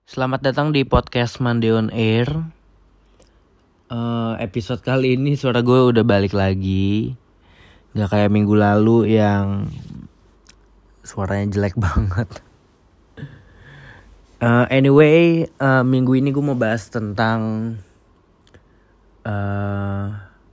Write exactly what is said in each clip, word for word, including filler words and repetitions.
Selamat datang di podcast Monday on Air. uh, Episode kali ini suara gue udah balik lagi. Gak kayak minggu lalu yang suaranya jelek banget. uh, Anyway, uh, minggu ini gue mau bahas tentang uh,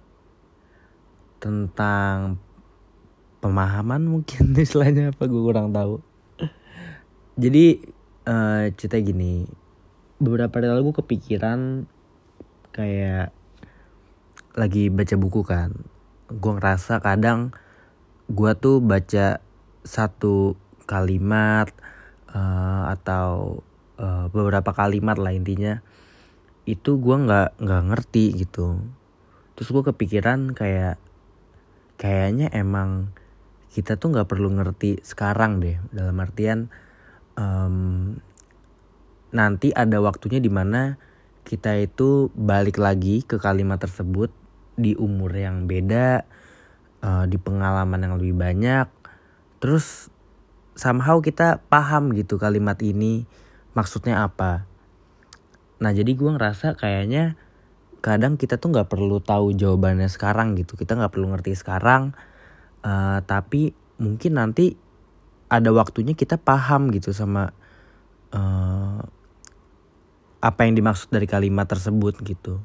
Tentang pemahaman mungkin istilahnya apa, gue kurang tahu. Jadi uh, cerita gini, beberapa hari lalu gue kepikiran kayak lagi baca buku kan. Gue ngerasa kadang gue tuh baca satu kalimat uh, atau uh, beberapa kalimat lah intinya, itu gue nggak nggak ngerti gitu. Terus gue kepikiran kayak kayaknya emang kita tuh nggak perlu ngerti sekarang deh, dalam artian Um, nanti ada waktunya dimana kita itu balik lagi ke kalimat tersebut di umur yang beda, uh, di pengalaman yang lebih banyak. Terus somehow kita paham gitu kalimat ini maksudnya apa. Nah jadi gue ngerasa kayaknya kadang kita tuh gak perlu tahu jawabannya sekarang gitu. Kita gak perlu ngerti sekarang, uh, tapi mungkin nanti ada waktunya kita paham gitu sama uh, apa yang dimaksud dari kalimat tersebut gitu.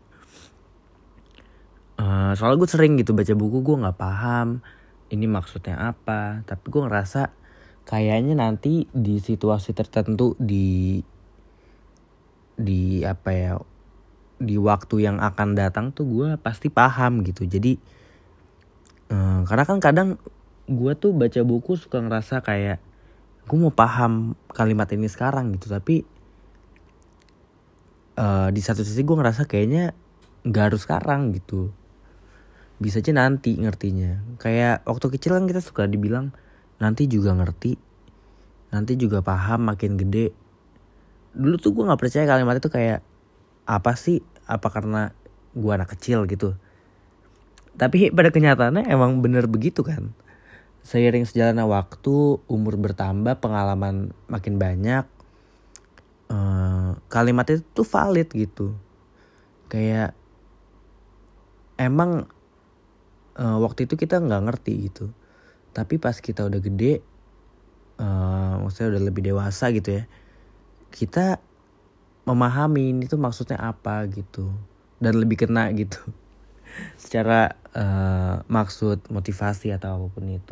Uh, soalnya gue sering gitu baca buku, gue nggak paham ini maksudnya apa, tapi gue ngerasa kayaknya nanti di situasi tertentu di di apa ya di waktu yang akan datang tuh gue pasti paham gitu. Jadi uh, karena kan kadang gue tuh baca buku suka ngerasa kayak gue mau paham kalimat ini sekarang gitu, tapi uh, di satu sisi gue ngerasa kayaknya nggak harus sekarang gitu, bisa aja nanti ngertinya. Kayak waktu kecil kan kita suka dibilang nanti juga ngerti, nanti juga paham makin gede. Dulu tuh gue nggak percaya kalimat itu, kayak apa sih, apa karena gue anak kecil gitu. Tapi pada kenyataannya emang bener begitu kan. Seiring sejalannya waktu, umur bertambah, pengalaman makin banyak, uh, kalimat itu tuh valid gitu. Kayak emang uh, waktu itu kita nggak ngerti gitu, tapi pas kita udah gede, uh, maksudnya udah lebih dewasa gitu ya, kita memahami ini tuh maksudnya apa gitu, dan lebih kena gitu secara uh, maksud, motivasi atau apapun itu.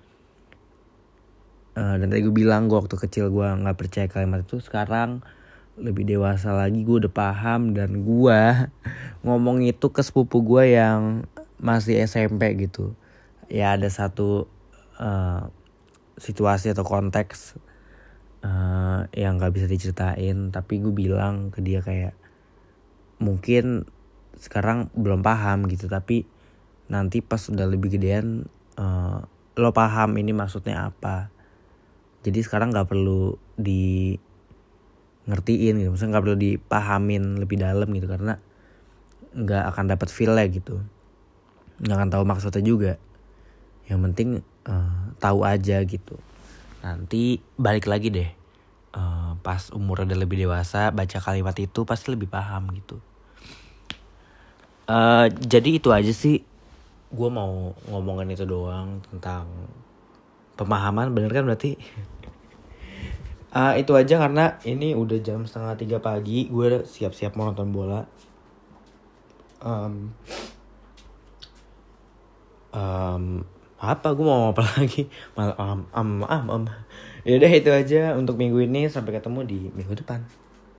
Uh, dan tadi gue bilang gue waktu kecil gue nggak percaya kalimat itu. Sekarang lebih dewasa lagi gue udah paham, dan gue ngomong itu ke sepupu gue yang masih S M P gitu. Ya ada satu uh, situasi atau konteks uh, yang nggak bisa diceritain, tapi gue bilang ke dia kayak mungkin sekarang belum paham gitu, tapi nanti pas udah lebih gedean uh, lo paham ini maksudnya apa. Jadi sekarang gak perlu di ngertiin gitu, maksudnya gak perlu dipahamin lebih dalam gitu, karena gak akan dapat feel-nya gitu, gak akan tahu maksudnya juga. Yang penting uh, tahu aja gitu. Nanti balik lagi deh, uh, pas umur udah lebih dewasa, baca kalimat itu pasti lebih paham gitu. Uh, jadi itu aja sih, gue mau ngomongin itu doang, tentang pemahaman. Bener kan berarti? uh, Itu aja, karena ini udah jam setengah tiga pagi. Gue siap-siap mau nonton bola. um, um, Apa gue mau apa lagi? Mal um, um, um, um. Yaudah itu aja untuk minggu ini. Sampai ketemu di minggu depan.